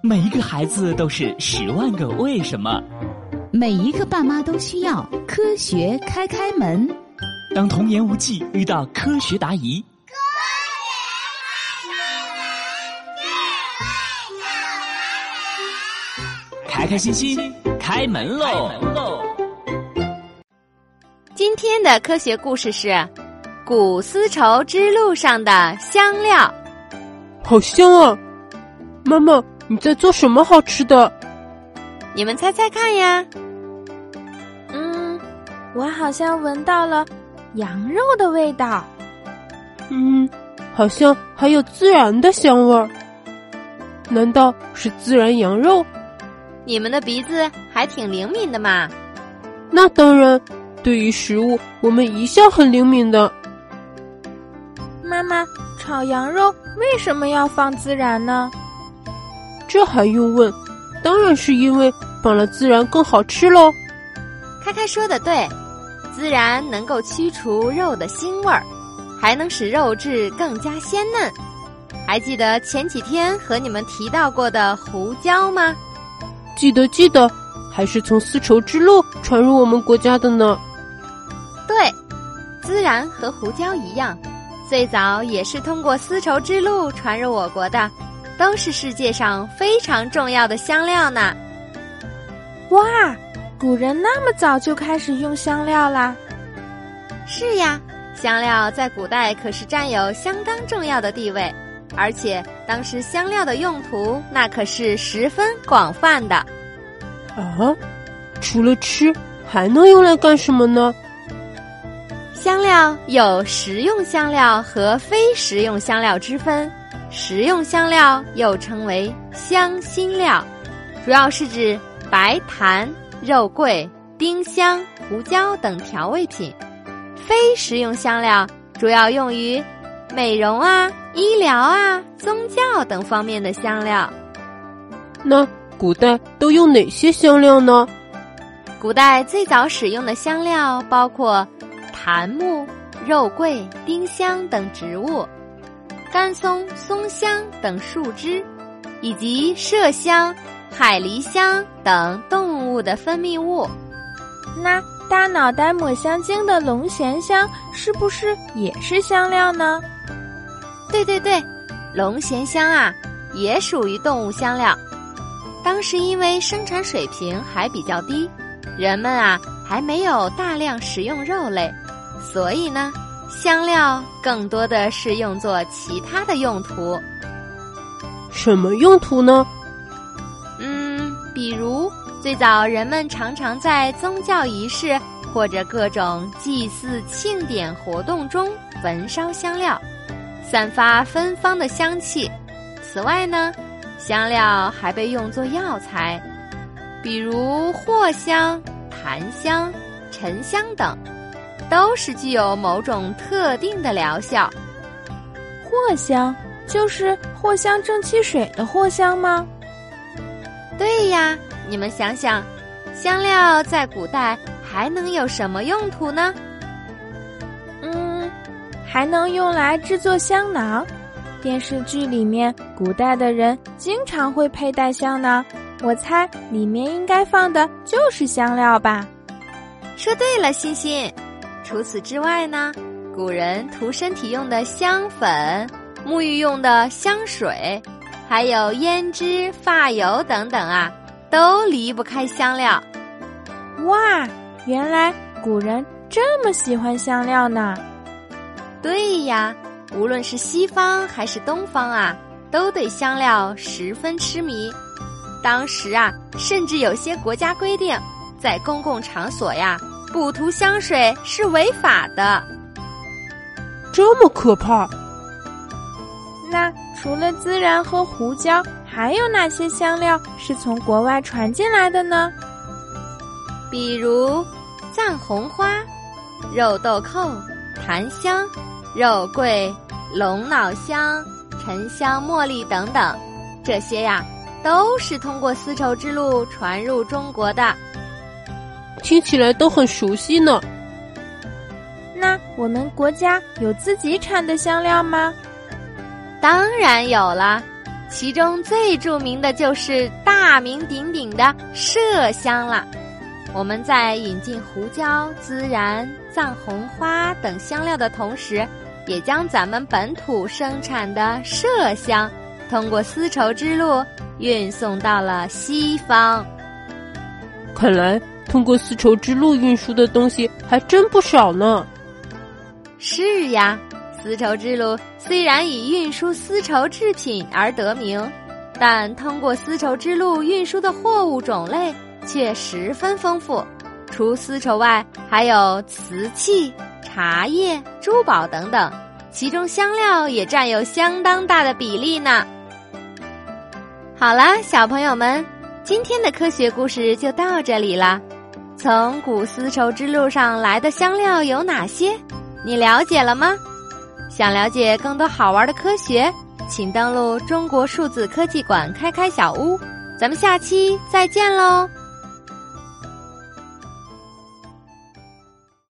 每一个孩子都是10万个为什么， 每一个爸妈都需要科学开门。 当童言无忌遇到科学答疑，开开心心开门喽！ 今天的科学故事是古丝绸之路上的香料。 好香啊！妈妈，你在做什么好吃的？ 你们猜猜看呀。 我好像闻到了羊肉的味道。 好像还有孜然的香味儿。难道是孜然羊肉？ 你们的鼻子还挺灵敏的嘛。 那当然，对于食物我们一向很灵敏的。 妈妈，炒羊肉为什么要放孜然呢？ 这还用问？当然是因为放了孜然更好吃喽。 开开说的对，孜然能够驱除肉的腥味儿，还能使肉质更加鲜嫩。还记得前几天和你们提到过的胡椒吗？ 记得，还是从丝绸之路传入我们国家的呢。 对，孜然和胡椒一样，最早也是通过丝绸之路传入我国的，都是世界上非常重要的香料呢。 哇，古人那么早就开始用香料啦？ 是呀，香料在古代可是占有相当重要的地位，而且当时香料的用途那可是十分广泛的。 啊，除了吃，还能用来干什么呢？ 香料有食用香料和非食用香料之分，食用香料又称为香辛料，主要是指白檀、肉桂、丁香、胡椒等调味品。非食用香料主要用于美容啊、医疗啊、宗教等方面的香料。 那古代都用哪些香料呢？ 古代最早使用的香料包括檀木、肉桂、丁香等植物，甘松、松香等树枝，以及麝香、海狸香等动物的分泌物。 那大脑袋抹香鲸的龙涎香是不是也是香料呢？ 对，龙涎香啊也属于动物香料。当时因为生产水平还比较低，人们啊还没有大量食用肉类，所以呢香料更多的是用作其他的用途。 什么用途呢？ 比如最早人们常常在宗教仪式或者各种祭祀庆典活动中焚烧香料，散发芬芳的香气。此外呢，香料还被用作药材，比如藿香、檀香、沉香等，都是具有某种特定的疗效。 藿香就是藿香正气水的藿香吗？ 对呀，你们想想，香料在古代还能有什么用途呢？ 还能用来制作香囊。电视剧里面古代的人经常会佩戴香囊，我猜里面应该放的就是香料吧。 说对了，欣欣。除此之外呢，古人涂身体用的香粉、沐浴用的香水，还有胭脂、发油等等啊，都离不开香料。 哇，原来古人这么喜欢香料呢。 对呀，无论是西方还是东方啊，都对香料十分痴迷。当时啊，甚至有些国家规定，在公共场所呀，不涂香水是违法的。 这么可怕？ 那除了孜然和胡椒，还有哪些香料是从国外传进来的呢？ 比如藏红花、肉豆蔻、檀香、肉桂、龙脑香、沉香、茉莉等等，这些呀都是通过丝绸之路传入中国的。 听起来都很熟悉呢。 那我们国家有自己产的香料吗？ 当然有了， 其中最著名的就是大名鼎鼎的麝香了。我们在引进胡椒、孜然、藏红花等香料的同时，也将咱们本土生产的麝香通过丝绸之路运送到了西方。 看来通过丝绸之路运输的东西还真不少呢。 是呀，丝绸之路虽然以运输丝绸制品而得名，但通过丝绸之路运输的货物种类却十分丰富。除丝绸外，还有瓷器、茶叶、珠宝等等，其中香料也占有相当大的比例呢。好了，小朋友们，今天的科学故事就到这里了。从古丝绸之路上来的香料有哪些？你了解了吗？想了解更多好玩的科学，请登录中国数字科技馆开开小屋。咱们下期再见喽！